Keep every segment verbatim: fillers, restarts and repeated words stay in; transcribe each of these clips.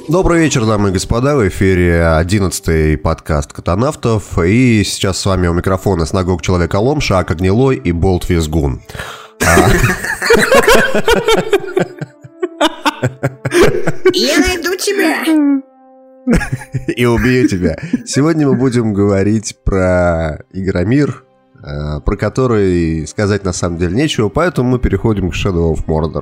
Добрый вечер, дамы и господа, в эфире одиннадцатый подкаст Катанавтов, и сейчас с вами у микрофона Снагог Человек-Олом, Шаак Огнилой и Болт Визгун. Я найду тебя и убью тебя. Сегодня мы будем говорить про Игромир, про который сказать на самом деле нечего, поэтому мы переходим к Shadow of Mordor.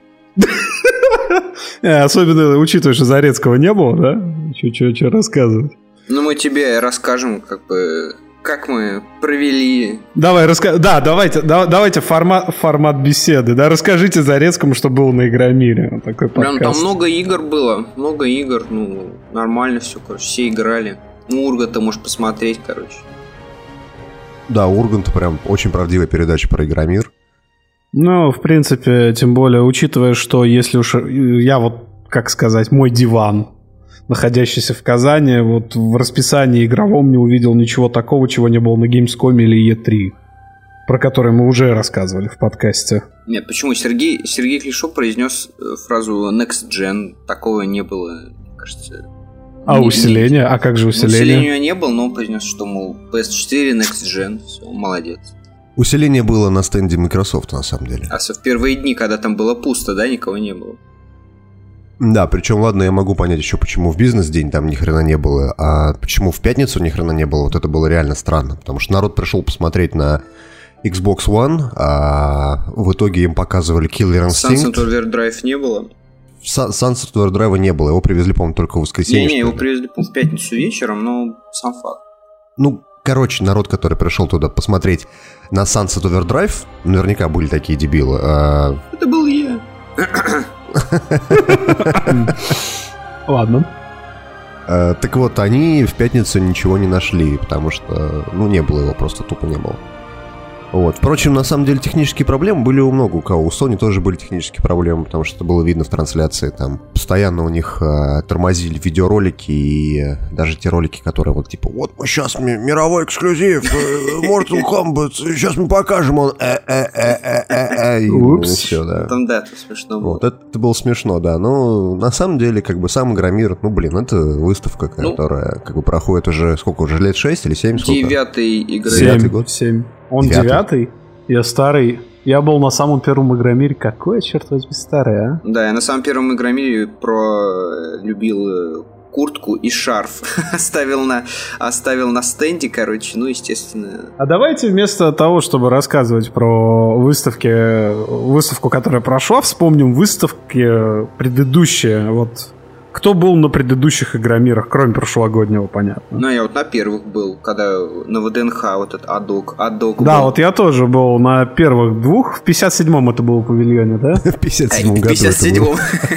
Особенно учитывая, что Зарецкого не было, да? Что рассказывать? Ну, мы тебе расскажем, как бы, как мы провели. Давай, раска... да, давайте, да, давайте формат, формат беседы, да, расскажите Зарецкому, что было на Игромире. Такой прям там много игр было, много игр, ну, нормально все, короче, все играли. Ну, Урганта можешь посмотреть, короче. Да, Ургант прям очень правдивая передача про Игромир. Ну, в принципе, тем более, учитывая, что если уж я вот, как сказать, мой диван, находящийся в Казани, вот в расписании игровом не увидел ничего такого, чего не было на Gamescom или и три, про который мы уже рассказывали в подкасте. Нет, почему? Сергей, Сергей Клишов произнес фразу Next Gen, такого не было, кажется. А не, усиление? Не... А как же усиление? Усиления не было, но он произнес, что, мол, пи эс четыре Next Gen, все, молодец. Усиление было на стенде Microsoft, на самом деле. А в первые дни, когда там было пусто, да, никого не было? Да, причем, ладно, я могу понять еще, почему в бизнес-день там ни хрена не было, а почему в пятницу ни хрена не было, вот это было реально странно, потому что народ пришел посмотреть на Xbox One, а в итоге им показывали Killer Instinct. Sunset Overdrive не было? Sunset Overdrive не было, его привезли, по-моему, только в воскресенье. Не-не, его привезли, по-моему, в пятницу вечером, но сам факт. Ну, короче, народ, который пришел туда посмотреть на Sunset Overdrive, наверняка были такие дебилы. А... Это был я. Ладно. А, так вот, они в пятницу ничего не нашли, потому что, ну, не было его, просто тупо не было. Вот. Впрочем, на самом деле технические проблемы были у много у кого. У Sony тоже были технические проблемы, потому что это было видно в трансляции. Там постоянно у них э, тормозили видеоролики и э, даже те ролики, которые вот типа вот мы сейчас ми- мировой эксклюзив, э, Mortal Kombat, сейчас мы покажем, он э-э-э-э-э-э. Упс. Там да, это смешно было. Вот, это было смешно, да. Но на самом деле, как бы сам Игромир, ну блин, это выставка, которая ну, как бы проходит уже сколько уже лет шесть или семь? Девятый Игромир. Девятый год. Семь. Он девятый? девятый? Я старый. Я был на самом первом Игромире. Какой, черт возьми, старый, а? Да, я на самом первом Игромире про любил куртку и шарф. оставил, на, оставил на стенде, короче, ну, естественно. А давайте вместо того, чтобы рассказывать про выставки, выставку, которая прошла, вспомним выставки предыдущие, вот... Кто был на предыдущих Игромирах, кроме прошлогоднего, понятно? Ну, я вот на первых был, когда на ВДНХ вот этот Адок, Адок Да, был. вот я тоже был на первых двух. В пятьдесят седьмом это было в павильоне, да? В пятьдесят седьмом году. В пятьдесят седьмом.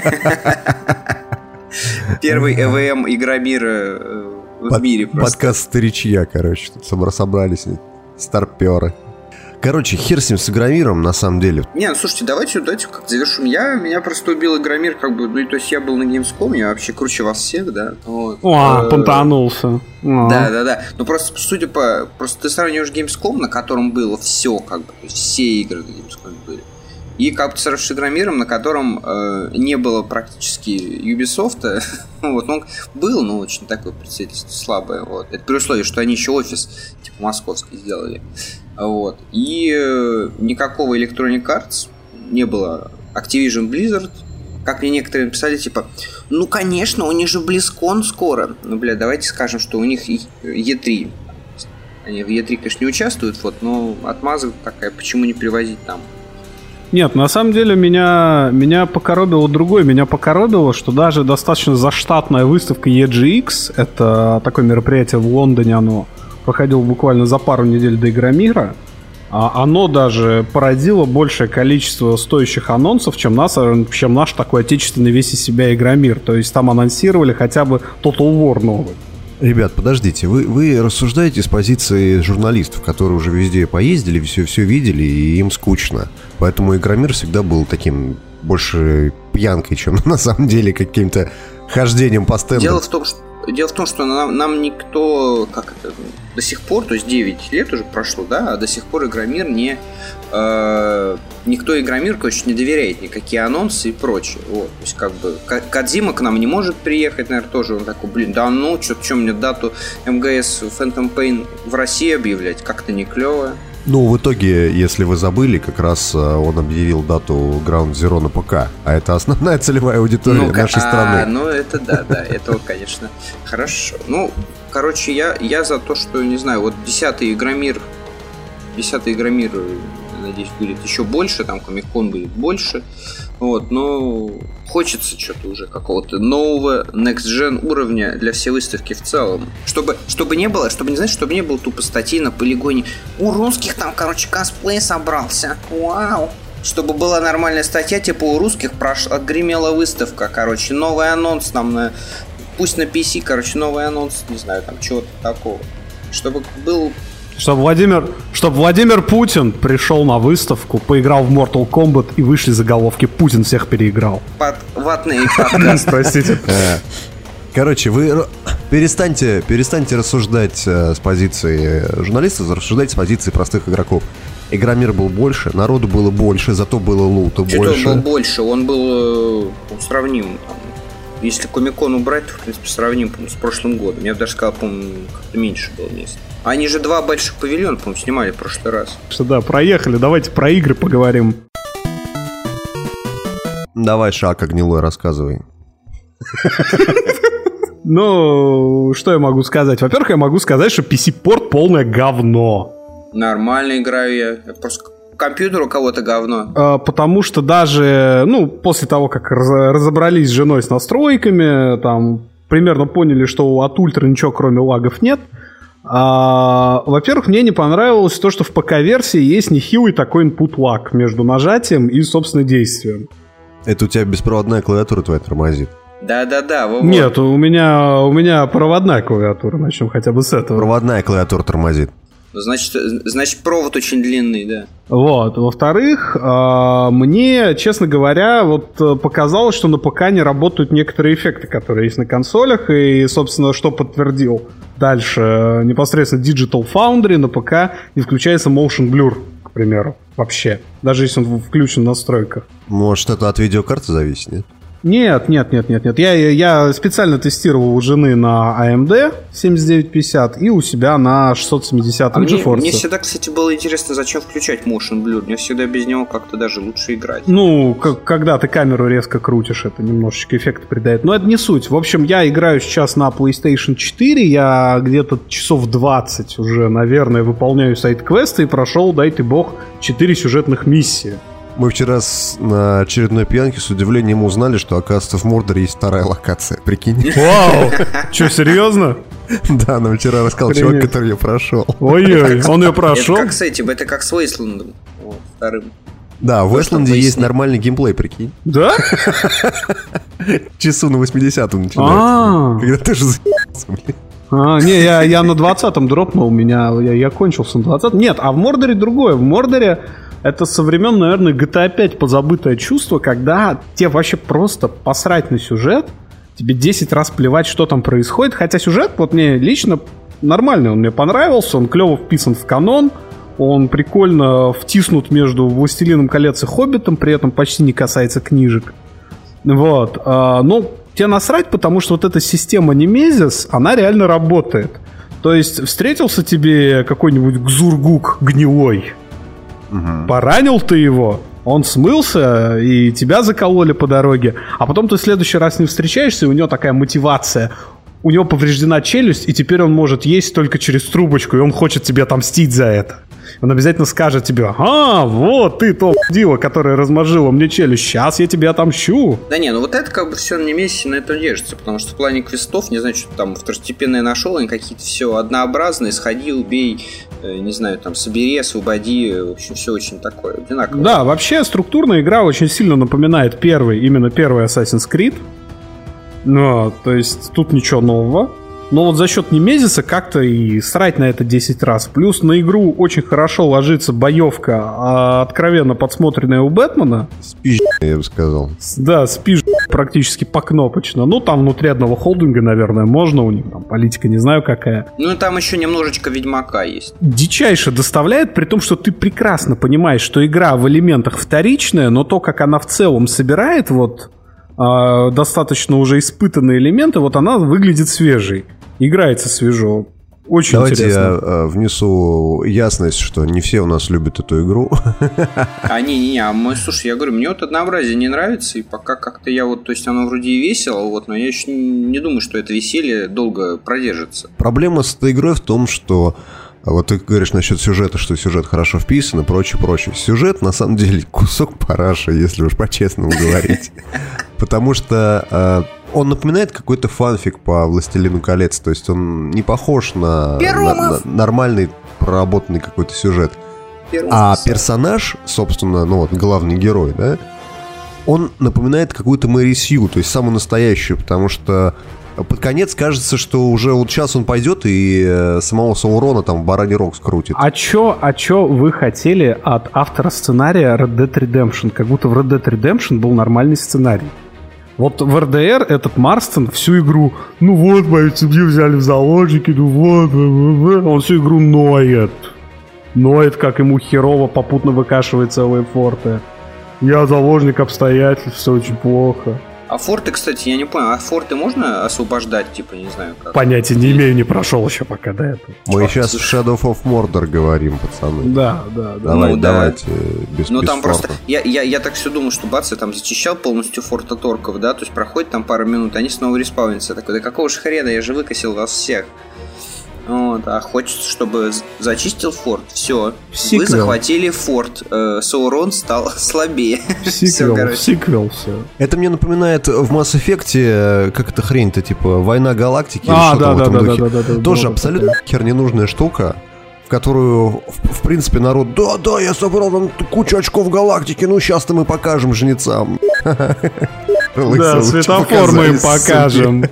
Первый ЭВМ Игромира в мире просто. Подкаст старичья, короче. Тут собрались старперы. Короче, хер с ним с Игромиром, на самом деле. Не, ну слушайте, давайте, давайте как завершим. Я, меня просто убил Игромир, как бы, ну, то есть я был на Gamescom, я вообще круче вас всех, да. Вот. О, понтанулся. Да, да, да. Ну, просто, судя по... Просто ты сравниваешь Gamescom, на котором было все, как бы, то есть все игры на Gamescom были. И как бы ты сравниваешь с Игромиром, на котором э, не было практически Ubisoft. Вот, он был, но очень такое представительство слабое. Вот. Это при условии, что они еще офис, типа, московский сделали. Вот. И э, никакого Electronic Arts не было. Activision Blizzard, как мне некоторые написали, типа, ну, конечно, у них же BlizzCon скоро. Ну, бля, давайте скажем, что у них и три. Они в и три, конечно, не участвуют, вот, но отмазка такая, почему не привозить там? Нет, на самом деле меня, меня покоробило другое. Меня покоробило, что даже достаточно заштатная выставка и джи икс, это такое мероприятие в Лондоне, оно проходило буквально за пару недель до Игромира, а оно даже породило большее количество стоящих анонсов, чем, нас, чем наш такой отечественный весь из себя Игромир. То есть там анонсировали хотя бы Total War новый. Ребят, подождите, вы, вы рассуждаете с позиции журналистов, которые уже везде поездили, все, все видели, и им скучно. Поэтому Игромир всегда был таким больше пьянкой, чем на самом деле каким-то хождением по стендам. Дело в том, что дело в том, что нам, нам никто, как это, до сих пор, то есть девять лет уже прошло, да, а до сих пор Игромир не... Э, никто Игромир, короче, не доверяет никакие анонсы и прочее. Вот, то есть, как бы, Кодзима к нам не может приехать, наверное, тоже. Он такой, блин, да ну, что-то, что мне дату эм джи эс Phantom Pain в России объявлять? Как-то не клево. Ну, в итоге, если вы забыли, как раз он объявил дату Ground Zero на ПК, а это основная целевая аудитория ну, нашей а, страны. Ну, это да, да, это, конечно, хорошо. Ну, короче, я, я за то, что, не знаю, вот десятый Игромир, десятый Игромир, надеюсь, будет еще больше, там Комик-кон будет больше, вот, но хочется что-то уже какого-то нового next-gen уровня для всей выставки в целом. Чтобы, чтобы не было, чтобы не знать, чтобы не было тупо статей на полигоне. У русских там, короче, косплей собрался. Вау! Чтобы была нормальная статья, типа у русских прошла, отгремела выставка, короче, новый анонс там на... Пусть на пи си, короче, новый анонс, не знаю, там чего-то такого. Чтобы был... Чтобы Владимир, чтобы Владимир Путин пришел на выставку, поиграл в Mortal Kombat и вышли заголовки «Путин всех переиграл». Под ватные подкасты. Простите. Короче, вы перестаньте, перестаньте рассуждать с позиции журналистов, рассуждайте с позиции простых игроков. Игромир был больше, народу было больше, зато было лута больше. Что-то он был больше, он был э, сравним. Там, если Комик-кон убрать, то, в принципе, сравним, по-моему, с прошлым годом. Я бы даже сказал, по-моему, как-то меньше было места. Они же два больших павильона, по-моему, снимали в прошлый раз. Что да, проехали, давайте про игры поговорим. Давай, Шака гнилой, рассказывай. Ну, что я могу сказать? Во-первых, я могу сказать, что пи си-порт полное говно. Нормально играю я. Я просто компьютер у кого-то говно. А, потому что даже, ну, после того, как раз- разобрались с женой с настройками, там, примерно поняли, что от ультра ничего кроме лагов нет. А, во-первых, мне не понравилось то, что в ПК-версии есть нехилый такой input-lag между нажатием и, собственно, действием. Это у тебя беспроводная клавиатура твоя тормозит? Да-да-да. Вот. Нет, у меня, у меня проводная клавиатура, начнем хотя бы с этого. Проводная клавиатура тормозит. Значит, значит, провод очень длинный, да. Вот. Во-вторых, мне, честно говоря, вот показалось, что на ПК не работают некоторые эффекты, которые есть на консолях, и, собственно, что подтвердил дальше непосредственно Digital Foundry, на ПК не включается Motion Blur, к примеру, вообще, даже если он включен в настройках. Может, это от видеокарты зависит, нет? Нет, нет, нет, нет, нет. Я, я специально тестировал у жены на эй эм ди семьдесят девять пятьдесят и у себя на шестьсот семидесятом а GeForce. Мне, мне всегда, кстати, было интересно, зачем включать Motion Blur. Мне всегда без него как-то даже лучше играть. Ну, как, когда ты камеру резко крутишь, это немножечко эффект придает. Но это не суть. В общем, я играю сейчас на PlayStation четыре. Я где-то часов двадцать уже, наверное, выполняю сайд-квесты и прошел, дай ты бог, четыре сюжетных миссии. Мы вчера с, на очередной пьянке с удивлением узнали, что, оказывается, в Мордоре есть вторая локация. Прикинь. Вау! Че, серьезно? Да, нам вчера рассказал чувак, который ее прошел. Ой-ой, он ее прошел? Это как с этим, это как с Wasteland'ом. Вот, вторым. Да, в Wasteland'е есть нормальный геймплей, прикинь. Да? Часу на восьмидесятом начинается. Когда ты же за***ся, блин. А, не, я, я на двадцатом дропнул, у меня, я, я кончился на двадцатом. Нет, а в Мордоре другое. В Мордоре это со времен, наверное, джи ти эй пять позабытое чувство, когда тебе вообще просто посрать на сюжет, тебе десять раз плевать, что там происходит. Хотя сюжет, вот мне лично нормальный, он мне понравился, он клево вписан в канон, он прикольно втиснут между «Властелином колец» и «Хоббитом», при этом почти не касается книжек. Вот, а, но тебе насрать, потому что вот эта система Немезис, она реально работает. То есть встретился тебе какой-нибудь Гзургук гнилой, угу. Поранил ты его, он смылся, и тебя закололи по дороге, а потом ты в следующий раз с ним встречаешься, и у него такая мотивация. У него повреждена челюсть, и теперь он может есть только через трубочку, и он хочет тебе отомстить за это. Он обязательно скажет тебе: ага, вот ты то дило, которое размажило мне челюсть, сейчас я тебе отомщу. Да не, ну вот это как бы все на месте на это держится, потому что в плане квестов, не знаю, что там второстепенное нашел, они какие-то все однообразные, сходи, убей, не знаю, там, собери, освободи, в общем, все очень такое одинаковое. Да, вообще структурная игра очень сильно напоминает первый, именно первый Assassin's Creed. Ну, то есть тут ничего нового. Но вот за счет Немезиса как-то и срать на это десять раз. Плюс на игру очень хорошо ложится боевка, откровенно подсмотренная у Бэтмена. Спиж***, я бы сказал. Да, спиж***, практически покнопочно. Ну, там внутри одного холдинга, наверное, можно, у них там политика не знаю какая. Ну, там еще немножечко Ведьмака есть. Дичайше доставляет, при том, что ты прекрасно понимаешь, что игра в элементах вторичная, но то, как она в целом собирает вот э, достаточно уже испытанные элементы, вот она выглядит свежей. Играется свежо. Очень Давайте интересно. я э, внесу ясность, что не все у нас любят эту игру. А, не-не-не, а мы, слушай, я говорю, мне вот однообразие не нравится, и пока как-то я вот, то есть оно вроде и весело, вот, но я еще не думаю, что это веселье долго продержится. Проблема с этой игрой в том, что вот ты говоришь насчет сюжета, что сюжет хорошо вписан и прочее, прочее. Сюжет, на самом деле, кусок параша, если уж по-честному говорить. Потому что он напоминает какой-то фанфик по «Властелину колец». То есть он не похож на, на, на нормальный проработанный какой-то сюжет. Перумов. А персонаж, собственно, ну вот главный герой, да, он напоминает какую-то Мэри Сью, то есть самую настоящую, потому что под конец кажется, что уже вот сейчас он пойдет и самого Саурона там в бараний рог скрутит. А чё, а чё вы хотели от автора сценария Red Dead Redemption? Как будто в Red Dead Redemption был нормальный сценарий. Вот в эр дэ эр этот Марстон всю игру, ну вот, мою семью взяли в заложники, ну вот, он всю игру ноет. Ноет, как ему херово, попутно выкашивает целые форты. Я заложник обстоятельств, все очень плохо. А форты, кстати, я не понял, а форты можно освобождать, типа, не знаю как? Понятия не имею, не прошел еще пока до этого. Мы сейчас Shadow of Mordor говорим, пацаны. Да, да, да. Давай, ну, давайте, да. без, ну, без там форта. просто, я, я, я так все думал, что бац, я там зачищал полностью форта торков, да, то есть проходит там пару минут, они снова респаунятся. Такой, да какого же хрена, я же выкосил вас всех. Вот, а хочется, чтобы зачистил форт. Все. Вы захватили форт. Э, Саурон стал слабее. Сиквел, все, сиквел, все. Это мне напоминает в Mass Effect, как эта хрень-то, типа, Война Галактики а, или что-то да, в этом да, духе. Да, да, да, да, Тоже да, абсолютно да. хер ненужная штука, в которую, в, в принципе, народ, да-да, я собрал там кучу очков галактики, ну сейчас-то мы покажем жнецам. Да, светофор мы им покажем.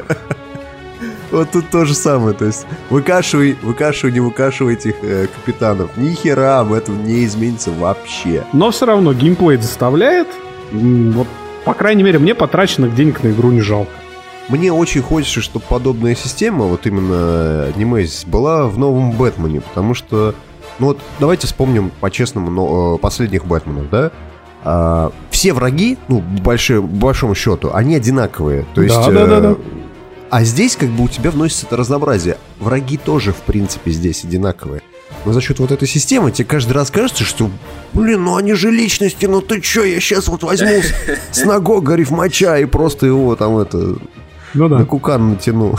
Вот тут то же самое, то есть выкашивай, выкашивай, не выкашивай этих э, капитанов. Ни хера об этом не изменится вообще. Но все равно геймплей заставляет. Вот, по крайней мере, мне потраченных денег на игру не жалко. Мне очень хочется, чтобы подобная система, вот именно Немезис, была в новом Бэтмене, потому что, ну вот, давайте вспомним по-честному но, последних Бэтменов, да? А, все враги, ну, большой, по большому счету, они одинаковые. То есть, да, да, да, да. А здесь как бы у тебя вносится это разнообразие. Враги тоже, в принципе, здесь одинаковые. Но за счет вот этой системы тебе каждый раз кажется, что, блин, ну они же личности, ну ты чё, я сейчас вот возьму с, с ногой горев моча и просто его там это ну, да. на кукан натяну.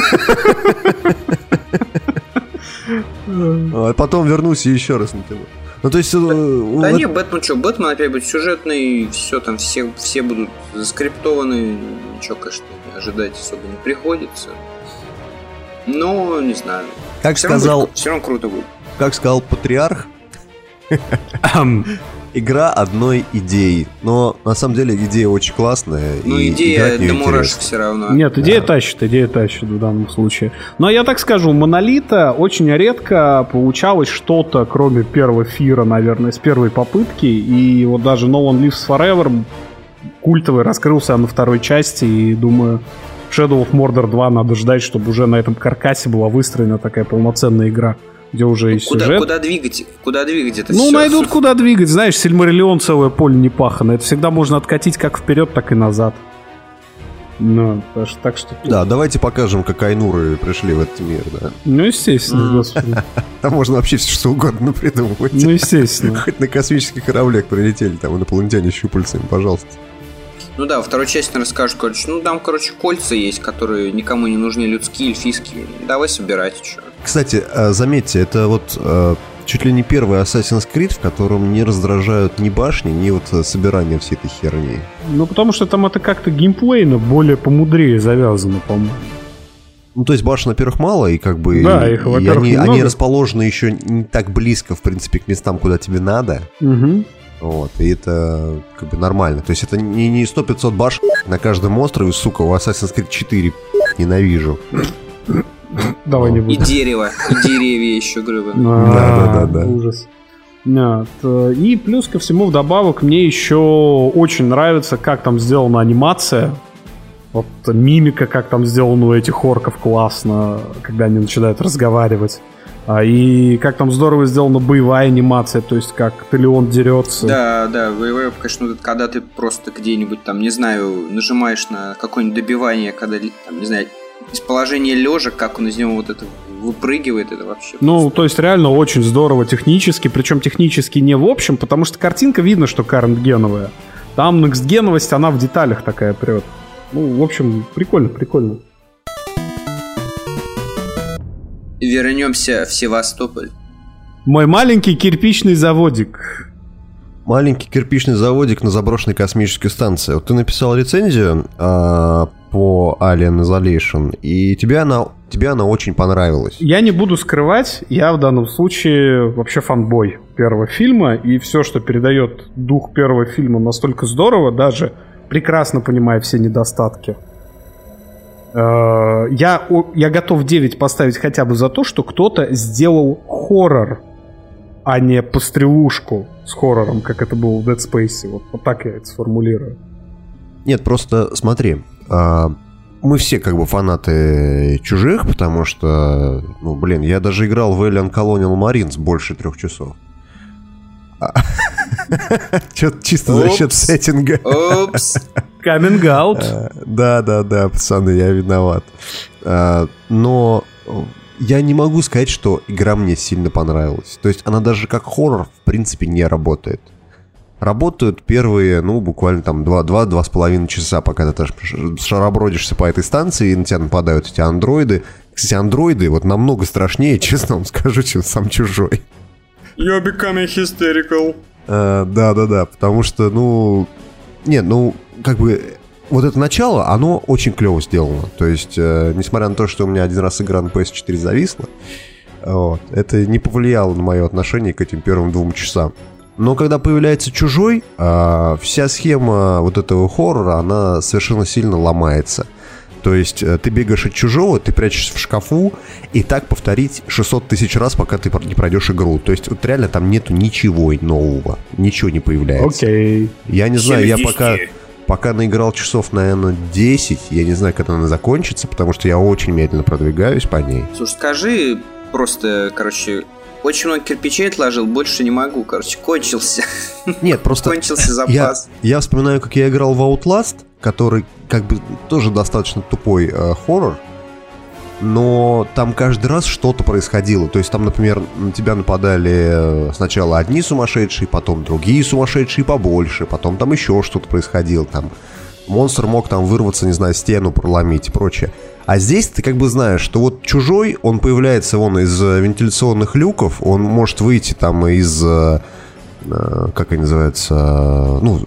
А потом вернусь и еще раз натяну. Ну, то есть... Да, э, да вот... не, Бэтмен что, Бэтмен опять будет сюжетный, все там, все, все будут заскриптованы, ничего, конечно, ожидать особо не приходится. Но, не знаю. Как все сказал... Равно будет, все равно круто будет. Как сказал Патриарх, игра одной идеи. Но, на самом деле, идея очень классная. Ну, идея до мурашек все равно. Нет, идея да. тащит, идея тащит в данном случае. Но я так скажу, у Монолита очень редко получалось что-то, кроме первого Фира, наверное, с первой попытки. И вот даже No One Lives Forever культовый раскрылся на второй части. И думаю, Shadow of Mordor два надо ждать, чтобы уже на этом каркасе была выстроена такая полноценная игра. Где уже ну, есть куда, сюжет. Куда двигать? Куда двигать это Ну, все? найдут куда двигать. Знаешь, Сильмариллион целое поле не пахано. Это всегда можно откатить как вперед, так и назад. Ну, так что... Да, давайте покажем, как Айнуры пришли в этот мир, да. Ну, естественно, господи. Там можно вообще все что угодно придумывать. Ну, естественно. Хоть на космических кораблях прилетели, там инопланетяне щупальцами, пожалуйста. Ну да, во второй части расскажешь, короче, ну там, короче, кольца есть, которые никому не нужны, людские, эльфийские. Давай собирать, что. Кстати, заметьте, это вот чуть ли не первый Assassin's Creed, в котором не раздражают ни башни, ни вот собирание всей этой херни. Ну, потому что там это как-то геймплейно более помудрее завязано, по-моему. Ну, то есть башен, во-первых, мало, и как бы да, и, их, во-первых, и они, они расположены еще не так близко, в принципе, к местам, куда тебе надо. Угу. Вот, и это как бы нормально. То есть это не, не сто пятьсот башен на каждом острове, сука, у Assassin's Creed четыре ненавижу. Давай не будем. И дерево, и деревья еще, грубо. Да-да-да. Ужас. Нет. И плюс ко всему вдобавок мне еще очень нравится, как там сделана анимация. Вот мимика, как там сделана у этих орков, классно, когда они начинают разговаривать. А, и как там здорово сделана боевая анимация, то есть как Талион дерется. Да, да, боевая, конечно, вот, когда ты просто где-нибудь там, не знаю, нажимаешь на какое-нибудь добивание, когда, там, не знаю, из положения лежа, как он из него вот это выпрыгивает, это вообще... Ну, просто... то есть реально очень здорово технически, причем технически не в общем, потому что картинка видно, что карент-геновая. Там некстгеновость, она в деталях такая прет. Ну, в общем, прикольно, прикольно. Вернемся в Севастополь. Мой маленький кирпичный заводик. Маленький кирпичный заводик на заброшенной космической станции. Вот ты написал рецензию э, по Alien Isolation, и тебе она, тебе она очень понравилась. Я не буду скрывать, я в данном случае вообще фанбой первого фильма, и все, что передает дух первого фильма, настолько здорово, даже прекрасно понимая все недостатки. Я, я готов девять поставить хотя бы за то, что кто-то сделал хоррор, а не пострелушку с хоррором, как это было в Dead Space. Вот, вот так я это сформулирую. Нет, просто смотри, мы все как бы фанаты «Чужих», потому что, ну, блин, я даже играл в Alien Colonial Marines больше трех часов. Что-то чисто за счет сеттинга. Упс. Coming out. Да, да, да, пацаны, я виноват. Но я не могу сказать, что игра мне сильно понравилась. То есть она даже как хоррор, в принципе, не работает. Работают первые, ну, буквально там два-два с половиной часа, пока ты шаробродишься по этой станции, и на тебя нападают эти андроиды. Кстати, андроиды вот намного страшнее, честно вам скажу, чем сам «Чужой». You're becoming hysterical. Да-да-да, потому что, ну... Нет, ну, как бы... Вот это начало, оно очень клево сделано. То есть, э, несмотря на то, что у меня один раз игра на пи эс четыре зависла, вот, это не повлияло на мое отношение к этим первым двум часам. Но когда появляется «Чужой», э, вся схема вот этого хоррора, она совершенно сильно ломается. То есть ты бегаешь от «Чужого», ты прячешься в шкафу, и так повторить шестьсот тысяч раз, пока ты не пройдешь игру. То есть вот реально там нету ничего нового, ничего не появляется. Окей. Я не знаю, я пока, пока наиграл часов, наверное, десять, я не знаю, когда она закончится, потому что я очень медленно продвигаюсь по ней. Слушай, скажи просто, короче... Очень много кирпичей отложил, больше не могу, короче, кончился. Нет, просто... Кончился запас. Я, я вспоминаю, как я играл в Outlast, который как бы тоже достаточно тупой э, хоррор, но там каждый раз что-то происходило. То есть там, например, на тебя нападали сначала одни сумасшедшие, потом другие сумасшедшие побольше, потом там еще что-то происходило. Там монстр мог там вырваться, не знаю, стену проломить и прочее. А здесь ты как бы знаешь, что вот «Чужой», он появляется вон из вентиляционных люков, он может выйти там из, э, как они называются, ну,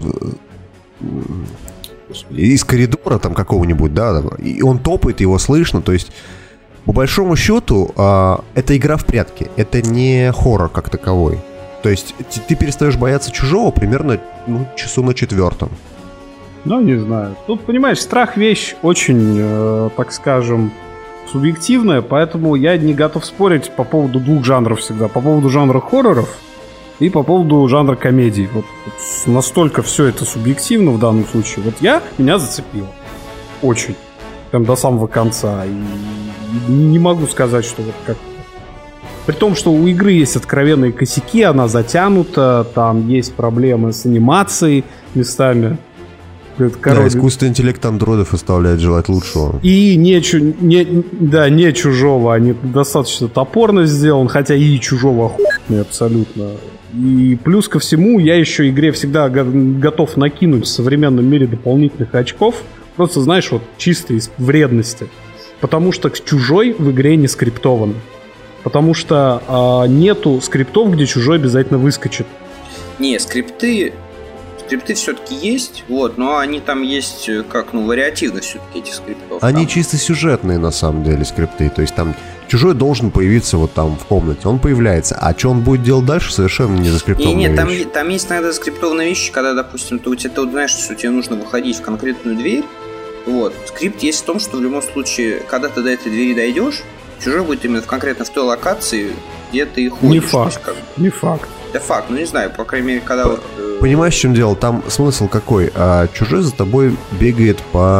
из коридора там какого-нибудь, да, и он топает, его слышно, то есть по большому счету э, это игра в прятки, это не хоррор как таковой. То есть ты перестаешь бояться «Чужого» примерно, ну, часу на четвертом. Ну, не знаю. Тут, понимаешь, страх вещь очень, э, так скажем, субъективная, поэтому я не готов спорить по поводу двух жанров всегда. По поводу жанра хорроров и по поводу жанра комедий. Вот, вот настолько все это субъективно в данном случае. Вот я, меня зацепило. Очень. Прям до самого конца. И не могу сказать, что вот как... При том, что у игры есть откровенные косяки, она затянута, там есть проблемы с анимацией местами. Да, искусственный интеллект андроидов оставляет желать лучшего. И не, не, да, не «Чужого», они достаточно топорно сделан, хотя и «Чужого» охуенный абсолютно. И плюс ко всему, я еще игре всегда готов накинуть в современном мире дополнительных очков, просто, знаешь, вот чисто из вредности. Потому что «Чужой» в игре не скриптован. Потому что а, нету скриптов, где «Чужой» обязательно выскочит. Не, скрипты... Скрипты все-таки есть, вот, но они там есть, как, ну, вариативно все-таки эти скриптов. Они там... чисто сюжетные, на самом деле, скрипты. То есть там «Чужой» должен появиться вот там в комнате. Он появляется. А что он будет делать дальше, совершенно не заскриптованная не, не, там, вещь. там есть иногда заскриптованные вещи, когда, допустим, ты, ты, ты вот знаешь, что тебе нужно выходить в конкретную дверь. Вот. Скрипт есть в том, что в любом случае, когда ты до этой двери дойдешь, «Чужой» будет именно конкретно в той локации, где ты ходишь. Не факт, есть, как... не факт. Да факт, ну не знаю, по крайней мере, когда вот... Понимаешь, в чем дело? Там смысл какой? А, чужой за тобой бегает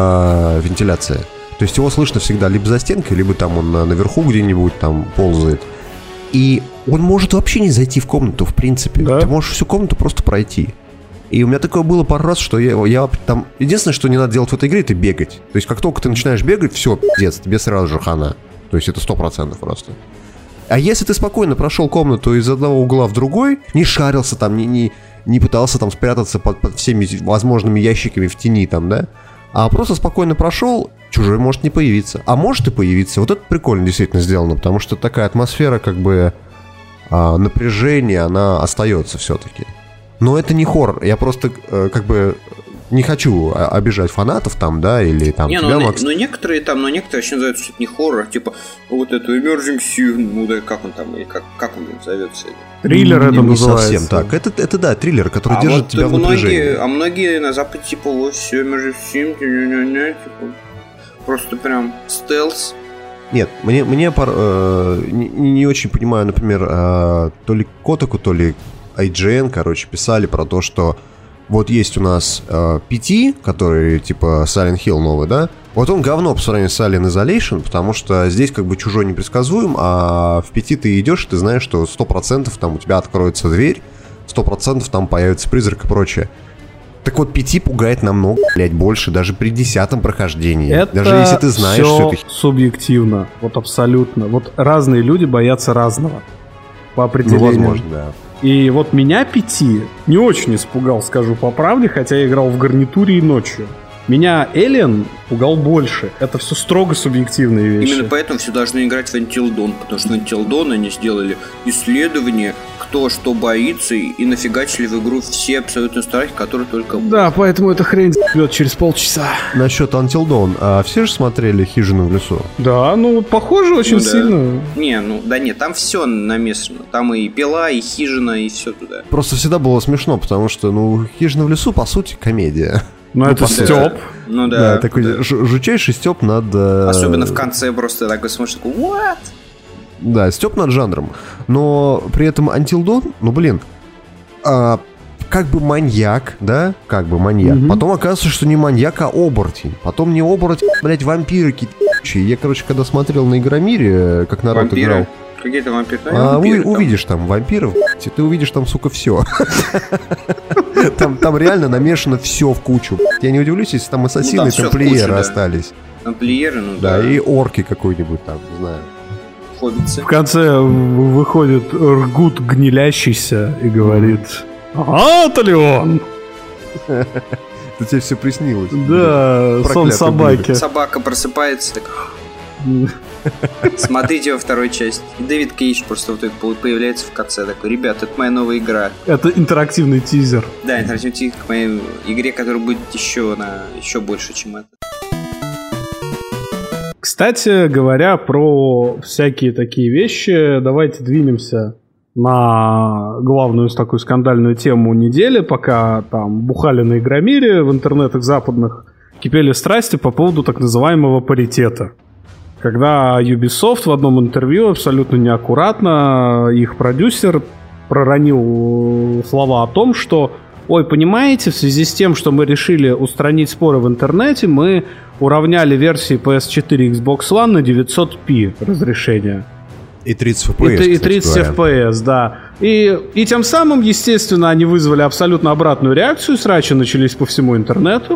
по вентиляции. То есть его слышно всегда либо за стенкой, либо там он наверху где-нибудь там ползает. И он может вообще не зайти в комнату, в принципе. Да? Ты можешь всю комнату просто пройти. И у меня такое было пару раз, что я, я там... Единственное, что не надо делать в этой игре, это бегать. То есть как только ты начинаешь бегать, все, пиздец, тебе сразу же хана. То есть это сто процентов просто. А если ты спокойно прошел комнату из одного угла в другой, не шарился там, не, не, не пытался там спрятаться под, под всеми возможными ящиками в тени там, да, а просто спокойно прошел, чужой может не появиться. А может и появиться. Вот это прикольно действительно сделано, потому что такая атмосфера, как бы, а, напряжения, она остается все-таки. Но это не хоррор. Я просто, э, как бы, не хочу обижать фанатов там, да, или там... Не, тебя, ну, Макс... ну некоторые там, но некоторые вообще называются что-то не хоррор, типа вот это emergency, ну да, как он там, или как, как он назовется? Триллер это не называется. Не совсем так. Это, это да, триллер, который а держит вот тебя в напряжении. А многие на Западе типа вот все emergency, типа, просто прям стелс. Нет, мне, мне пар, э, не, не очень понимаю, например, э, то ли Котаку, то ли ай джи эн, короче, писали про то, что вот есть у нас э, пи ти, который типа Silent Hill новый, да? Вот он говно по сравнению с Alien Isolation, потому что здесь как бы чужой непредсказуем, а в пи ти ты идешь, и ты знаешь, что сто процентов там у тебя откроется дверь, сто процентов там появится призрак и прочее. Так вот, пи ти пугает намного, блядь, больше, даже при десятом прохождении. Это даже если ты знаешь, что это... субъективно, вот абсолютно. Вот разные люди боятся разного, по определению. Ну, возможно, да. И вот меня пи ти не очень испугал, скажу по правде, хотя я играл в гарнитуре и ночью. Меня Alien пугал больше. Это все строго субъективные вещи. Именно поэтому все должны играть в Until Dawn, потому что в Until Dawn они сделали исследование, кто что боится, и нафигачили в игру все абсолютно страхи, которые только... Да, поэтому эта хрень бьет через полчаса. Насчет Until Dawn, а все же смотрели «Хижину в лесу»? Да, ну похоже очень ну, да. сильно. Не, ну да нет, там все намешано. Там и пила, и хижина, и все туда. Просто всегда было смешно, потому что, ну, «Хижина в лесу» по сути комедия. Ну, ну это стёб. Ну да. Да, такой да. жутчайший стёб над... Особенно в конце просто такой смотришь, такой, what? Да, стёб над жанром. Но при этом Until Dawn, ну блин, а, как бы маньяк, да? Как бы маньяк. Mm-hmm. Потом оказывается, что не маньяк, а оборотень. Потом не оборотень, блядь, вампиры какие-то. Я, короче, когда смотрел на Игромире, как народ вампиры? Играл... Какие-то вампиры? А, вампиры у, увидишь там вампиров, ты увидишь там, сука, все. Там, там реально намешано все в кучу. Я не удивлюсь, если там ассасины и тамплиеры остались. Тамплиеры, ну да. Да, и орки какой-нибудь там, не знаю. Хоббицы. В конце выходит Ргут гнилящийся и говорит: «А, это ли он?» Это тебе все приснилось. Да, сон собаки. Собака просыпается, так... Смотрите во второй части. Дэвид Кейдж просто вот появляется в конце такой: ребят, это моя новая игра. Это интерактивный тизер. Да, интерактивный тизер к моей игре, которая будет еще, на, еще больше, чем это. Кстати говоря, про всякие такие вещи, давайте двинемся на главную такую скандальную тему недели, пока там бухали на Игромире, в интернетах западных кипели страсти по поводу так называемого паритета. Когда Ubisoft в одном интервью абсолютно неаккуратно, их продюсер проронил слова о том, что: ой, понимаете, в связи с тем, что мы решили устранить споры в интернете, мы уравняли версии пи эс четыре и Xbox One на девятьсот пи разрешение. И тридцать эф пи эс. И, и тридцать эф пи эс, да. И, и тем самым, естественно, они вызвали абсолютно обратную реакцию, срачи начались по всему интернету.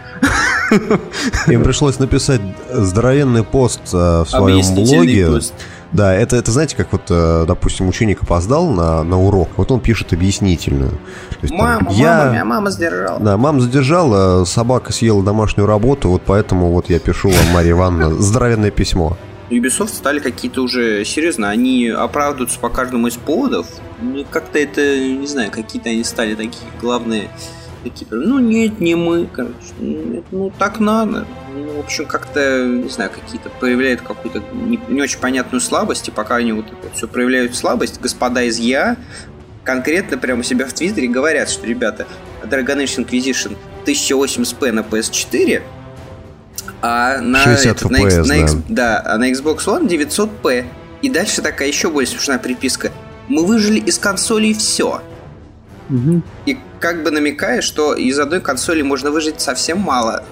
Им пришлось написать здоровенный пост э, в своем блоге. Пост. Да, это, это знаете, как вот, э, допустим, ученик опоздал на, на урок, вот он пишет объяснительную. То есть, мама, там, я... мама, меня мама задержала. Да, мама задержала, собака съела домашнюю работу, вот поэтому вот я пишу вам, Марья Ивановна, здоровенное письмо. Ubisoft стали какие-то уже, серьезно, они оправдываются по каждому из поводов. Как-то это, не знаю, какие-то они стали такие главные... Такие, ну нет, не мы, короче, нет, ну так надо. Ну, в общем, как-то, не знаю, какие-то проявляют какую-то не, не очень понятную слабость, и пока они вот это все проявляют слабость, господа из ИА конкретно прямо у себя в Твиттере говорят, что, ребята, Dragon Age Inquisition тысяча восемьдесят пи на пи эс четыре, а на, этот, на, X, на, X, да. Да, а на Xbox One девятьсот пи. И дальше такая еще более смешная приписка: мы выжили из консолей все. Угу. И как бы намекая, что из одной консоли можно выжить совсем мало.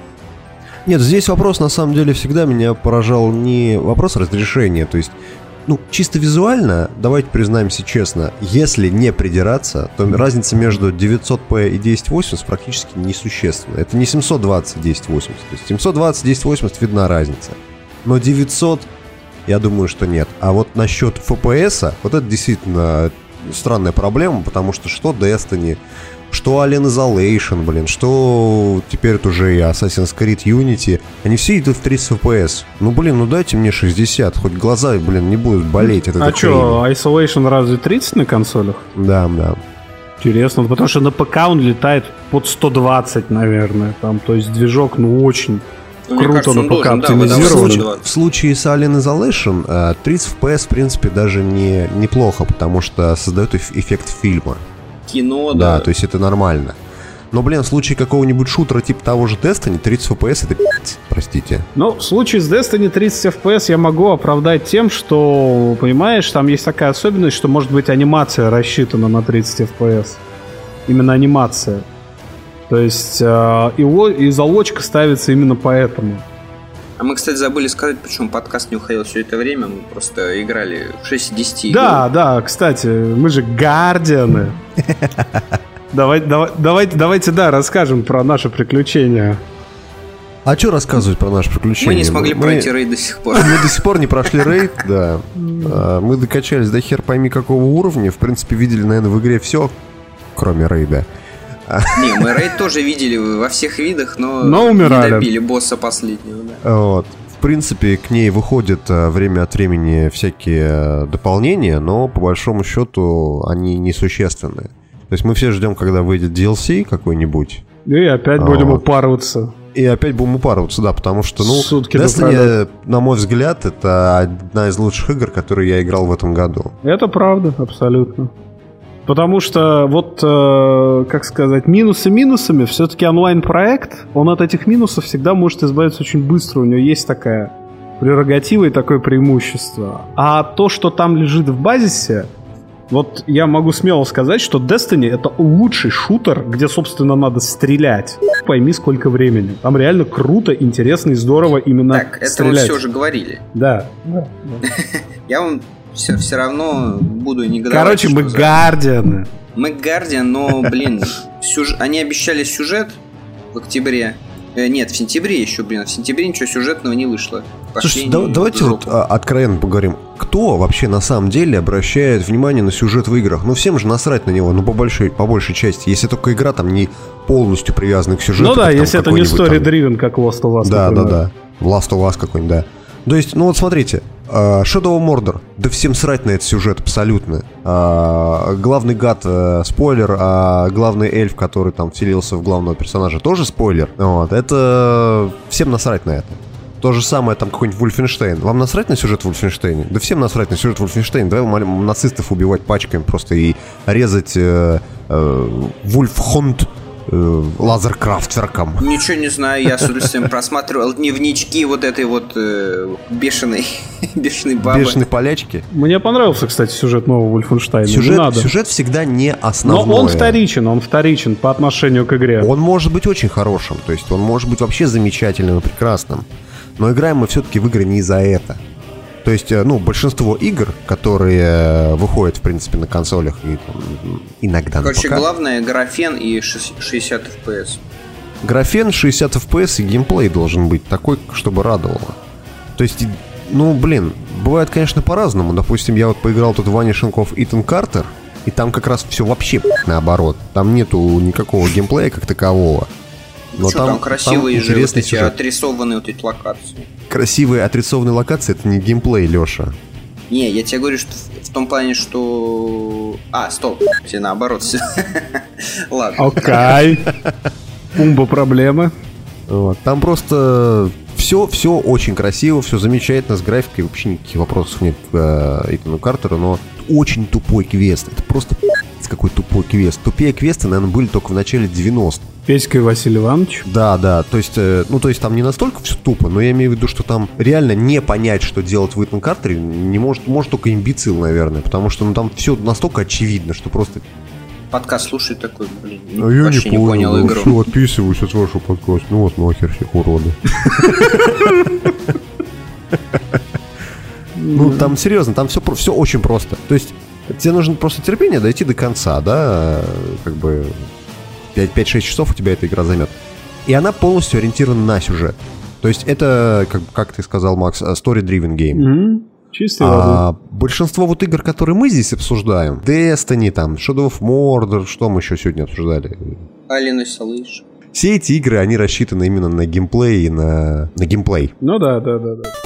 Нет, здесь вопрос, на самом деле, всегда меня поражал не вопрос разрешения. То есть, ну, чисто визуально, давайте признаемся честно, если не придираться, то разница между девятьсот пэ и десять восемьдесят практически несущественна. Это не семьсот двадцать десять восемьдесят. То есть семьсот двадцать десять восемьдесят видна разница. Но девятьсот, я думаю, что нет. А вот насчет эф пи эс, вот это действительно странная проблема, потому что что Destiny, что Alien Isolation, блин, что теперь это уже и Assassin's Creed Unity, они все идут в тридцать эф пи эс. Ну, блин, ну дайте мне шестьдесят, хоть глаза, блин, не будут болеть от этой А что, Isolation разве тридцать на консолях? Да, да. Интересно, потому что на п ка он летает под сто двадцать, наверное, там, то есть движок, ну, очень... Ну, круто кажется, на ПК должен, да, оптимизирован. да, в случае с Alien Isolation тридцать эф пи эс, в принципе, даже не, неплохо, потому что создает эффект фильма. Кино, да. Да, то есть это нормально. Но, блин, в случае какого-нибудь шутера типа того же Destiny, тридцать эф пи эс это пи***ц, простите. Ну, в случае с Destiny тридцать эф пи эс я могу оправдать тем, что, понимаешь, там есть такая особенность, что, может быть, анимация рассчитана на тридцать эф пи эс. Именно анимация. То есть э, и, и залочка ставится именно поэтому. А мы, кстати, забыли сказать, почему подкаст не уходил все это время. Мы просто играли в шесть десять игр. Да, да, кстати, мы же гардианы. Давайте, давайте, давайте, да, расскажем про наши приключения. А что рассказывать про наши приключения? Мы не смогли мы, пройти рейд до сих пор. Мы до сих пор не прошли рейд, да. Мы докачались до хер пойми какого уровня. В принципе, видели, наверное, в игре все, кроме рейда. Не, мы рейд тоже видели во всех видах, но, но умирали. Не добили босса последнего. Да. Вот. В принципе, к ней выходят время от времени всякие дополнения, но по большому счету они несущественные. То есть мы все ждем, когда выйдет ди эл си какой-нибудь. И опять вот. будем упарываться. И опять будем упарываться, да, потому что, ну, Сутки Destiny, на мой взгляд, это одна из лучших игр, которые я играл в этом году. Это правда, абсолютно. Потому что, вот, э, как сказать, минусы минусами, все-таки онлайн-проект, он от этих минусов всегда может избавиться очень быстро. У него есть такая прерогатива и такое преимущество. А то, что там лежит в базисе, вот я могу смело сказать, что Destiny — это лучший шутер, где, собственно, надо стрелять. Пойми, сколько времени. Там реально круто, интересно и здорово именно так, это стрелять. мы все уже говорили. Да. да, да. Я вам все, все равно буду негодовать. Короче, мы за... гардианы. Мы гардиан, но, блин, сюж... они обещали сюжет в октябре. Э, нет, в сентябре еще, блин. В сентябре ничего сюжетного не вышло. Слушайте, да, давайте вот а, откровенно поговорим. Кто вообще на самом деле обращает внимание на сюжет в играх? Ну, всем же насрать на него, ну, по большой, по большей части. Если только игра там не полностью привязана к сюжету. Ну да, если это не story-driven, там... как Last of Us. Да, например. да, да. Last of Us какой-нибудь, да. То есть, ну вот смотрите, Shadow of Mordor, да всем срать на этот сюжет абсолютно. А, главный гад, а, спойлер, а главный эльф, который там вселился в главного персонажа, тоже спойлер. Вот, это всем насрать на это. То же самое там какой-нибудь Wolfenstein. Вам насрать на сюжет в Wolfenstein? Да всем насрать на сюжет в Wolfenstein. Давай нацистов убивать пачками просто и резать э, э, Wolfhound э, лазеркрафтверком. Ничего не знаю, я с удовольствием просматривал дневнички вот этой вот э, бешеной, бешеной бабы. Бешеной полячки. Мне понравился, кстати, сюжет нового Wolfenstein. Сюжет, надо. Сюжет всегда не основной. Но он вторичен, он вторичен по отношению к игре. Он может быть очень хорошим, то есть он может быть вообще замечательным и прекрасным. Но играем мы все-таки в игры не за это. То есть, ну, большинство игр, которые выходят, в принципе, на консолях и там, иногда Короче, на ПК. главное графен и шестьдесят эф пи эс. Графен, шестьдесят эф пи эс и геймплей должен быть такой, чтобы радовало. То есть, ну, блин, бывает, конечно, по-разному. Допустим, я вот поиграл тут в Vanishing of Ethan Carter, и там как раз все вообще наоборот. Там нету никакого геймплея как такового. Но что, там, там красивые там же вот эти сюжет. Отрисованные вот эти локации. Красивые отрисованные локации — это не геймплей, Леша. Не, я тебе говорю, что в, в том плане, что... А, стоп, тебе наоборот все. Ладно. Окей. Пумба проблемы. Вот. Там просто все, все очень красиво, все замечательно, с графикой вообще никаких вопросов нет к э, Итану Картеру, но очень тупой квест. Это просто какой тупой квест. Тупее квесты, наверное, были только в начале девяностых. Петька и Василий Иванович. Да, да, то есть, э, ну, то есть там не настолько все тупо, но я имею в виду, что там реально не понять, что делать в Итан Картере, не может, может только имбецил, наверное, потому что ну, там все настолько очевидно, что просто подкаст слушает такой, блин, а я вообще не не понял, понял игру. Все, отписываюсь от вашего подкаста. Ну вот нахер всех уроды. Ну, там серьезно, там все, все очень просто. То есть, тебе нужно просто терпение дойти до конца, да, как бы пять-шесть часов у тебя эта игра займет. И она полностью ориентирована на сюжет. То есть, это, как, как ты сказал, Макс, story-driven game. Mm-hmm. Чистый а большинство вот игр, которые мы здесь обсуждаем, Destiny, там, Shadow of Mordor, что мы еще сегодня обсуждали? Alien Isolation. Все эти игры, они рассчитаны именно на геймплей и на, на геймплей. Ну да, да, да, да.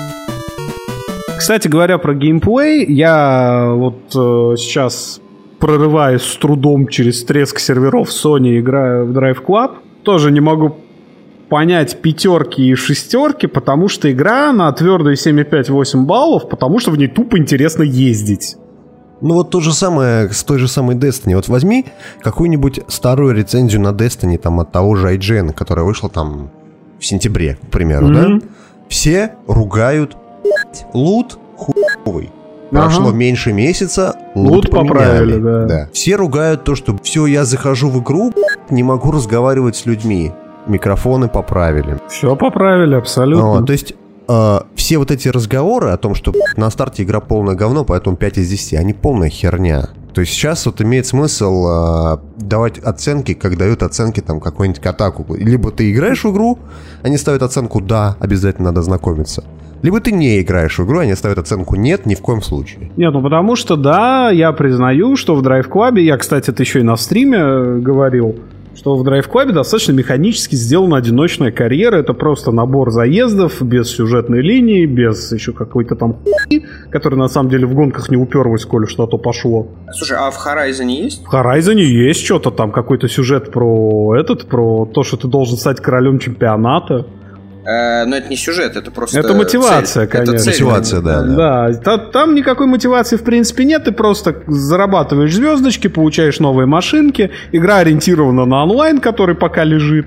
Кстати говоря про геймплей, я вот э, сейчас прорываюсь с трудом через треск серверов Sony, играю в Drive Club. Тоже не могу понять пятерки и шестерки, потому что игра на твердые семь и пять - восемь баллов, потому что в ней тупо интересно ездить. Ну вот то же самое с той же самой Destiny. Вот возьми какую-нибудь старую рецензию на Destiny там от того же ай джи эн, которая вышла там в сентябре, к примеру, mm-hmm. да? Все ругают лут хуевый. Прошло ага. меньше месяца, лут, лут поправили. Да. Да. Все ругают то, что все, я захожу в игру, не могу разговаривать с людьми. Микрофоны поправили. Все поправили, абсолютно. Вот, то есть э, все вот эти разговоры о том, что на старте игра полное говно, поэтому пять из десяти, они полная херня. То есть сейчас вот имеет смысл э, давать оценки, как дают оценки там какой-нибудь Kotaku. Либо ты играешь в игру, они ставят оценку «да», обязательно надо знакомиться. Либо ты не играешь в игру, они ставят оценку «нет», ни в коем случае. Нет, ну потому что, да, я признаю, что в Drive Club, я, кстати, это еще и на стриме говорил, что в Drive Club достаточно механически сделана одиночная карьера. Это просто набор заездов без сюжетной линии, без еще какой-то там хуйни, которая на самом деле в гонках не уперлась, коли что-то пошло. Слушай, а в Horizon есть? В Horizon есть что-то там, какой-то сюжет про этот, про то, что ты должен стать королем чемпионата. Э, но это не сюжет, это просто это мотивация, цель. конечно. Это цель, мотивация, да. Да, да. Там никакой мотивации в принципе нет, ты просто зарабатываешь звездочки, получаешь новые машинки, игра ориентирована на онлайн, который пока лежит.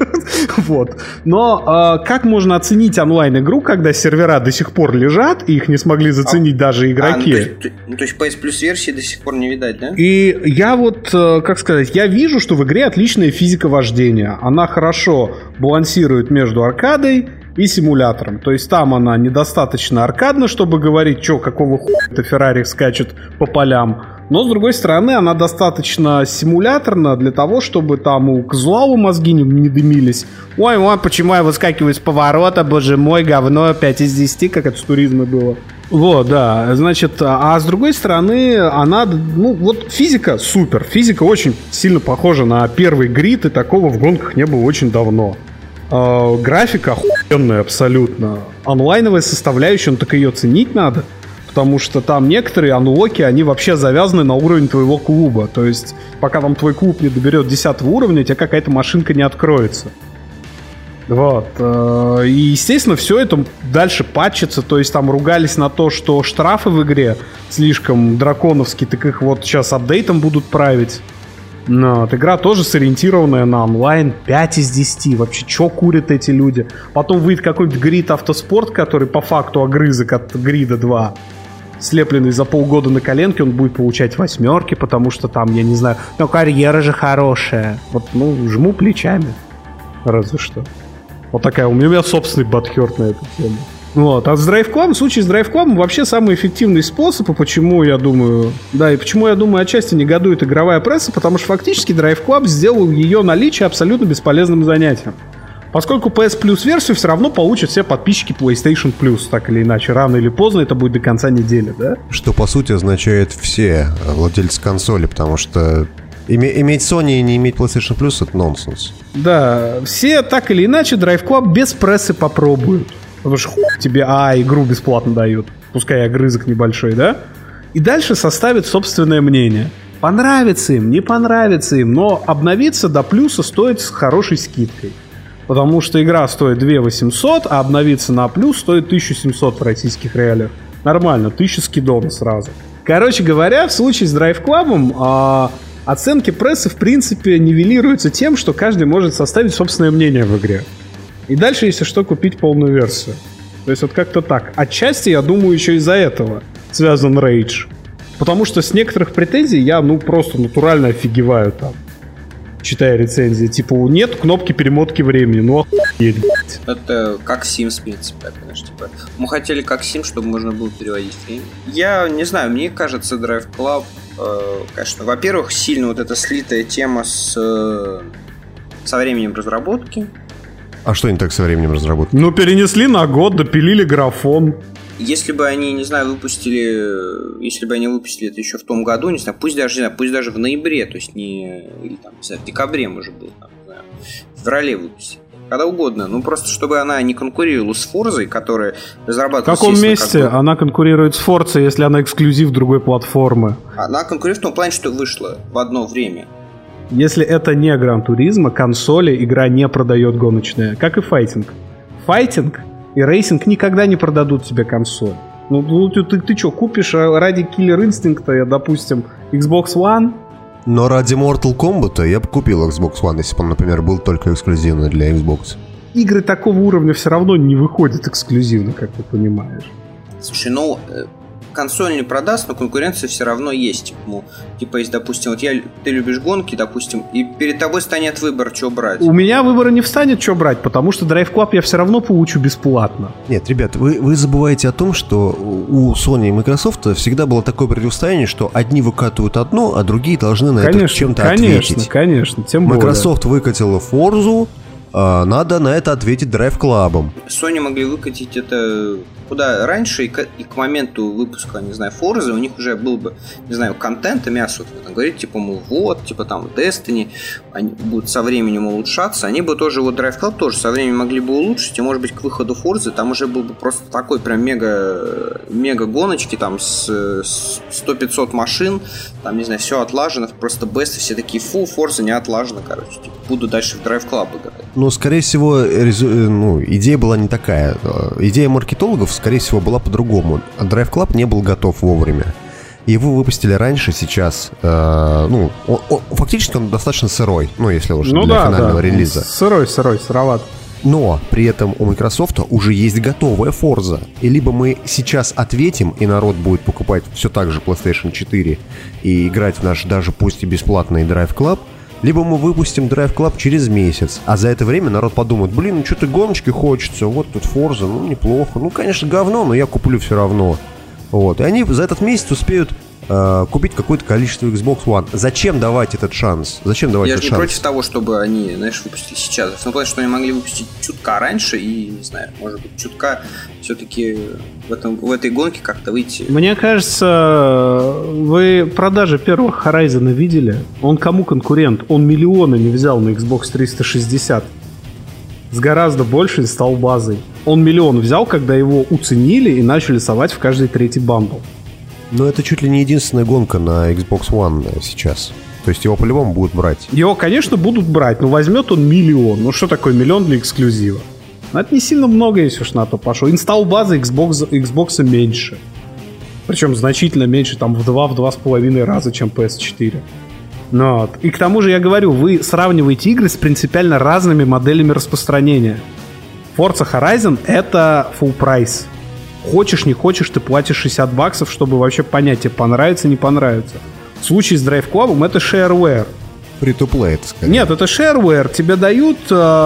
Вот. Но как можно оценить онлайн-игру, когда сервера до сих пор лежат, и их не смогли заценить даже игроки? Ну, то есть пи эс Plus версии до сих пор не видать, да? И я вот, как сказать, я вижу, что в игре отличная физика вождения. Она хорошо балансирует между аркадой и симулятором. То есть там она недостаточно аркадна, чтобы говорить, что, какого хуя это Феррари скачет по полям. Но, с другой стороны, она достаточно симуляторна для того, чтобы там у казуала мозги не, не дымились. Ой, ой, почему я выскакиваю с поворота, боже мой, говно, пять из десяти, как это с туризма было. Вот, да, значит, а с другой стороны, она, ну, вот физика супер. Физика очень сильно похожа на первый грид, и такого в гонках не было очень давно. Uh, графика охуенная абсолютно. Онлайновая составляющая, ну так ее ценить надо. Потому что там некоторые анлоки, они вообще завязаны на уровень твоего клуба. То есть, пока там твой клуб не доберет десятого уровня, у тебя какая-то машинка не откроется. Вот. Uh, и, естественно, все это дальше патчится. То есть, там ругались на то, что штрафы в игре слишком драконовские, так их вот сейчас апдейтом будут править. Но вот, игра тоже сориентированная на онлайн. Пять из десяти. Вообще, что курят эти люди? Потом выйдет какой-нибудь грид автоспорт, который по факту огрызок от грида два, слепленный за полгода на коленке, он будет получать восьмерки, потому что там, я не знаю, ну карьера же хорошая. Вот, ну, жму плечами. Разве что. Вот такая у меня собственный бадхёрт на эту тему. Вот. А с Drive Club, в случае с Drive Club вообще самый эффективный способ, и почему, я думаю, да, и почему, я думаю, отчасти негодует игровая пресса, потому что фактически Drive Club сделал ее наличие абсолютно бесполезным занятием. Поскольку пи эс Plus версию все равно получат все подписчики PlayStation Plus, так или иначе, рано или поздно, это будет до конца недели, да? Что, по сути, означает все владельцы консоли, потому что име- иметь Sony и не иметь PlayStation Plus — это нонсенс. Да, все так или иначе Drive Club без прессы попробуют. Потому что хуй тебе, а, игру бесплатно дают. Пускай огрызок небольшой, да? И дальше составит собственное мнение. Понравится им, не понравится им, но обновиться до плюса стоит с хорошей скидкой. Потому что игра стоит две тысячи восемьсот, а обновиться на плюс стоит тысяча семьсот в российских реалиях. Нормально, тысяча скидона сразу. Короче говоря, в случае с Drive Club а, оценки прессы в принципе нивелируются тем, что каждый может составить собственное мнение в игре. И дальше, если что, купить полную версию. То есть вот как-то так. Отчасти, я думаю, еще из-за этого связан рейдж. Потому что с некоторых претензий я, ну, просто натурально офигеваю там, читая рецензии. Типа, нет кнопки перемотки времени. Ну, охуеть, блядь. Это как Sims, в принципе, так, конечно. Типа, мы хотели как Sims, чтобы можно было переводить время. Я не знаю, мне кажется, Drive Club, э, конечно, во-первых, сильно вот эта слитая тема с, э, со временем разработки. А что не так со временем разработки? Ну, перенесли на год, допилили графон. Если бы они, не знаю, выпустили, если бы они выпустили это еще в том году, не знаю, пусть даже, не знаю, пусть даже в ноябре, то есть не, или там, не знаю, в декабре, может быть, там, не знаю, в феврале выпустили, когда угодно, ну просто чтобы она не конкурировала с Forza, которая разрабатывается. В каком месте как бы... она конкурирует с Forza, если она эксклюзив другой платформы? Она конкурирует в том плане, что вышла в одно время. Если это не Гран Туризмо, консоли игра не продает гоночная, как и файтинг. Файтинг и рейсинг никогда не продадут тебе консоль. Ну, ну ты, ты, ты что, купишь ради Killer Instinct, допустим, Xbox One? Но ради Mortal Kombat я бы купил Xbox One, если бы он, например, был только эксклюзивно для Xbox. Игры такого уровня все равно не выходят эксклюзивно, как ты понимаешь. Слушай, ну... консоль не продаст, но конкуренция все равно есть. Типа, типа если, допустим, вот я, ты любишь гонки, допустим, и перед тобой станет выбор, что брать. У меня выбора не встанет, что брать, потому что Drive Club я все равно получу бесплатно. Нет, ребят, вы, вы забываете о том, что у Sony и Microsoft всегда было такое противостояние, что одни выкатывают одно, а другие должны на конечно, это чем-то конечно, ответить. Конечно, конечно, тем Microsoft более. выкатила Forza, а надо на это ответить Drive Club'ом. Sony могли выкатить это куда раньше, и к, и к моменту выпуска, не знаю, Forza, у них уже был бы, не знаю, контент и мясо. Вот, говорить, типа, мол, вот, типа, там, Destiny, они будут со временем улучшаться, они бы тоже, вот, Drive Club тоже со временем могли бы улучшить, и, может быть, к выходу Forza там уже был бы просто такой прям мега, мега гоночки, там, с, с сто-пятьсот машин, там, не знаю, все отлажено, просто бест, все такие, фу, Forza не отлажено, короче, типа, буду дальше в Drive Club играть. Ну, скорее всего, резу... ну, идея была не такая. Идея маркетологов, скорее всего, была по-другому. Drive Club не был готов вовремя. Его выпустили раньше, сейчас. Э, ну, он, он, фактически он достаточно сырой, ну, если уже ну, для да, финального да. релиза. Сырой, сырой, сыроват. Но при этом у Microsoft уже есть готовая Forza. И либо мы сейчас ответим, и народ будет покупать все так же PlayStation четыре и играть в наш даже пусть и бесплатный Drive Club, либо мы выпустим Drive Club через месяц, а за это время народ подумает, блин, ну что-то гоночки хочется, вот тут Forza, ну неплохо, ну конечно говно, но я куплю все равно. Вот, и они за этот месяц успеют э, купить какое-то количество Xbox One. Зачем давать этот шанс? Зачем давать я этот же не шанс? против того, чтобы они, знаешь, выпустили сейчас. В том плане, что они могли выпустить чутка раньше и, не знаю, может быть, чутка все-таки в, этом, в этой гонке как-то выйти. Мне кажется, вы продажи первого Horizon видели? Он кому конкурент? Он миллионы не взял на Xbox триста шестьдесят. С гораздо большей инсталл-базой. Он миллион взял, когда его уценили и начали совать в каждый третий бандл. Но это чуть ли не единственная гонка на Xbox One сейчас. То есть его по-любому будут брать. Его, конечно, будут брать, но возьмет он миллион. Ну что такое миллион для эксклюзива? Ну, это не сильно много, если уж на то пошло. Инсталл-базы Xbox, Xbox меньше. Причем значительно меньше, там в два-два с половиной раза, чем пи эс четыре. Ну, вот. И к тому же, я говорю, вы сравниваете игры с принципиально разными моделями распространения. Forza Horizon — это full прайс. Хочешь, не хочешь, ты платишь шестьдесят баксов, чтобы вообще понять, тебе понравится, не понравится. В случае с Drive Club это shareware. Free-to-play, это скорее. Нет, это shareware. Тебе дают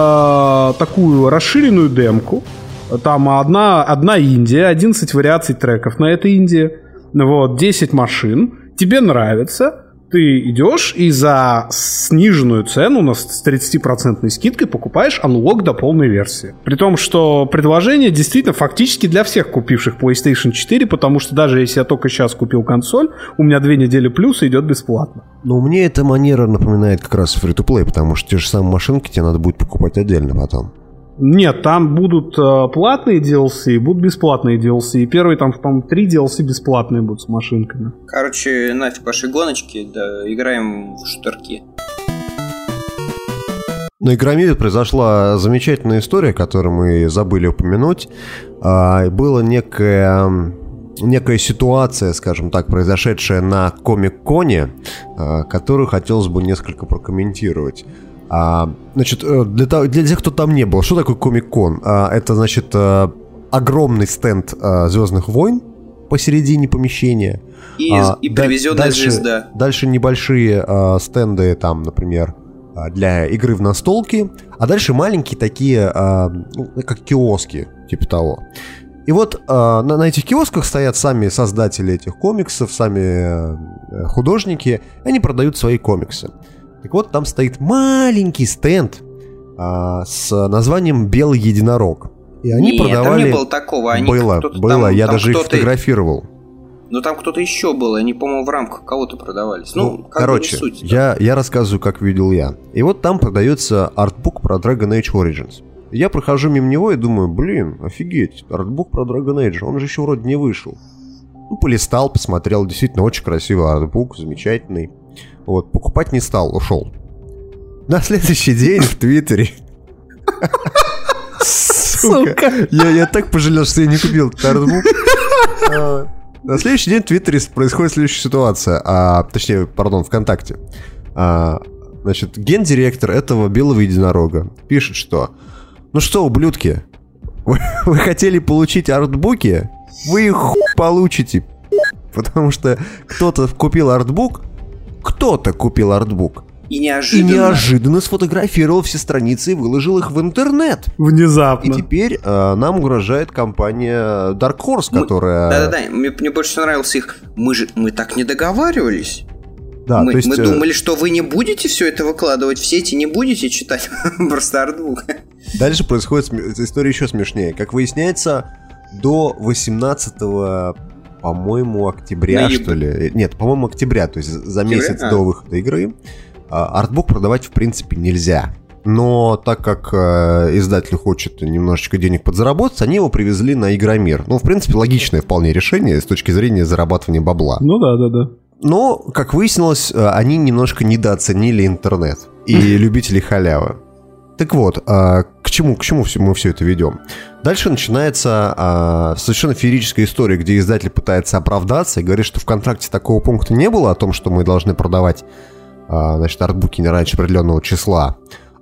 э, такую расширенную демку. Там одна, одна Индия, одиннадцать вариаций треков на этой Индии. Вот, десять машин. Тебе нравится. Ты идешь и за сниженную цену, у нас с тридцатипроцентной скидкой, покупаешь анлок до полной версии. При том, что предложение действительно фактически для всех купивших PlayStation четыре, потому что даже если я только сейчас купил консоль, у меня две недели плюса идет бесплатно. Но мне эта манера напоминает как раз фри-то-плей, потому что те же самые машинки тебе надо будет покупать отдельно потом. Нет, там будут э, платные ди эл си, будут бесплатные ди эл си. И первые там, по-моему, три ди эл си бесплатные будут с машинками. Короче, нафиг ваши гоночки, да, играем в шутерки. На Игромире произошла замечательная история, которую мы забыли упомянуть. А, была некая, некая ситуация, скажем так, произошедшая на Комик-Коне, а, которую хотелось бы несколько прокомментировать. А, значит, для, того, для тех, кто там не был, что такое Комик-Кон? А, это, значит, огромный стенд Звездных войн, посередине помещения. И, а, и привезенная дальше, звезда. Дальше небольшие а, стенды, там, например, для игры в настолки, а дальше маленькие такие, а, как киоски, типа того. И вот а, на, на этих киосках стоят сами создатели этих комиксов, сами а, художники, и они продают свои комиксы. Так вот, там стоит маленький стенд а, с названием «Белый единорог». И они Нет, продавали... там не было такого. Они было, было, там, я там даже их фотографировал. Но там кто-то еще был, они, по-моему, в рамках кого-то продавались. Ну, ну как короче, бы не суть, я, я рассказываю, как видел я. И вот там продается артбук про Dragon Age Origins. Я прохожу мимо него и думаю, блин, офигеть, артбук про Dragon Age, он же еще вроде не вышел. Ну, полистал, посмотрел, действительно очень красивый артбук, замечательный. Вот, покупать не стал, ушел. На следующий день в Твиттере... Сука! Я так пожалел, что я не купил этот артбук. На следующий день в Твиттере происходит следующая ситуация, а, точнее, пардон, ВКонтакте. А, значит, гендиректор этого белого единорога пишет, что ну что, ублюдки, вы, вы хотели получить артбуки? Вы их хуй получите. Потому что кто-то купил артбук, кто-то купил артбук. И неожиданно. И неожиданно сфотографировал все страницы и выложил их в интернет. Внезапно. И теперь э, нам угрожает компания Dark Horse, мы... которая... Да-да-да, мне, мне больше всего нравился их... Мы же мы так не договаривались. Да, мы, то есть... мы думали, что вы не будете все это выкладывать в сети, не будете читать просто артбук. Дальше происходит см... история еще смешнее. Как выясняется, до восемнадцатого, по-моему, октября, Ноябрь. что ли... Нет, по-моему, октября, то есть за октября? месяц а. до выхода игры... Артбук продавать в принципе нельзя. Но так как э, издатель хочет немножечко денег подзаработать, они его привезли на Игромир. Ну, в принципе, логичное вполне решение с точки зрения зарабатывания бабла. Ну да, да, да. Но, как выяснилось, они немножко недооценили интернет и любителей халявы. Так вот, э, к чему, к чему мы все это ведем? Дальше начинается э, совершенно феерическая история, где издатель пытается оправдаться и говорит, что в контракте такого пункта не было о том, что мы должны продавать значит, артбуки не раньше определенного числа.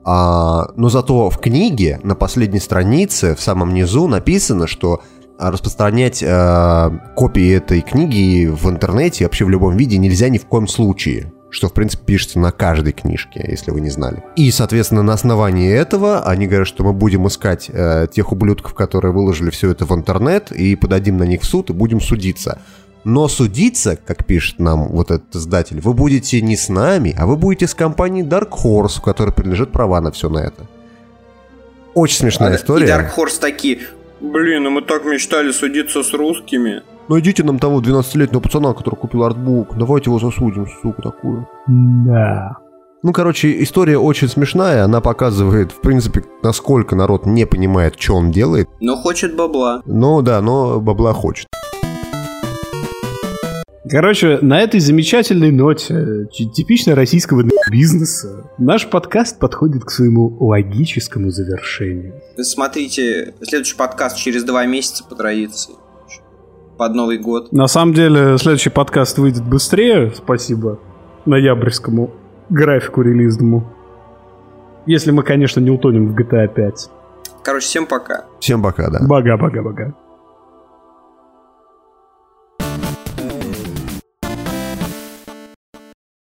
А, но зато в книге на последней странице в самом низу написано, что распространять а, копии этой книги в интернете вообще в любом виде нельзя ни в коем случае. Что, в принципе, пишется на каждой книжке, если вы не знали. И, соответственно, на основании этого они говорят, что мы будем искать э, тех ублюдков, которые выложили все это в интернет, и подадим на них в суд, и будем судиться. Но судиться, как пишет нам вот этот издатель, вы будете не с нами, а вы будете с компанией Dark Horse, у которой принадлежат права на все на это. Очень смешная а, история. И Dark Horse такие, блин, ну мы так мечтали судиться с русскими. Найдите нам того двенадцатилетнего пацана, который купил артбук, давайте его засудим, сука такую. Да. Ну, короче, история очень смешная, она показывает, в принципе, насколько народ не понимает, что он делает. Но хочет бабла. Ну да, но бабла хочет. Короче, на этой замечательной ноте типично российского бизнеса наш подкаст подходит к своему логическому завершению. Смотрите, следующий подкаст через два месяца по традиции. Под Новый год. На самом деле, следующий подкаст выйдет быстрее, спасибо ноябрьскому графику релизному. Если мы, конечно, не утонем в джи ти эй пять. Короче, всем пока. Всем пока, да. Бага-бага-бага.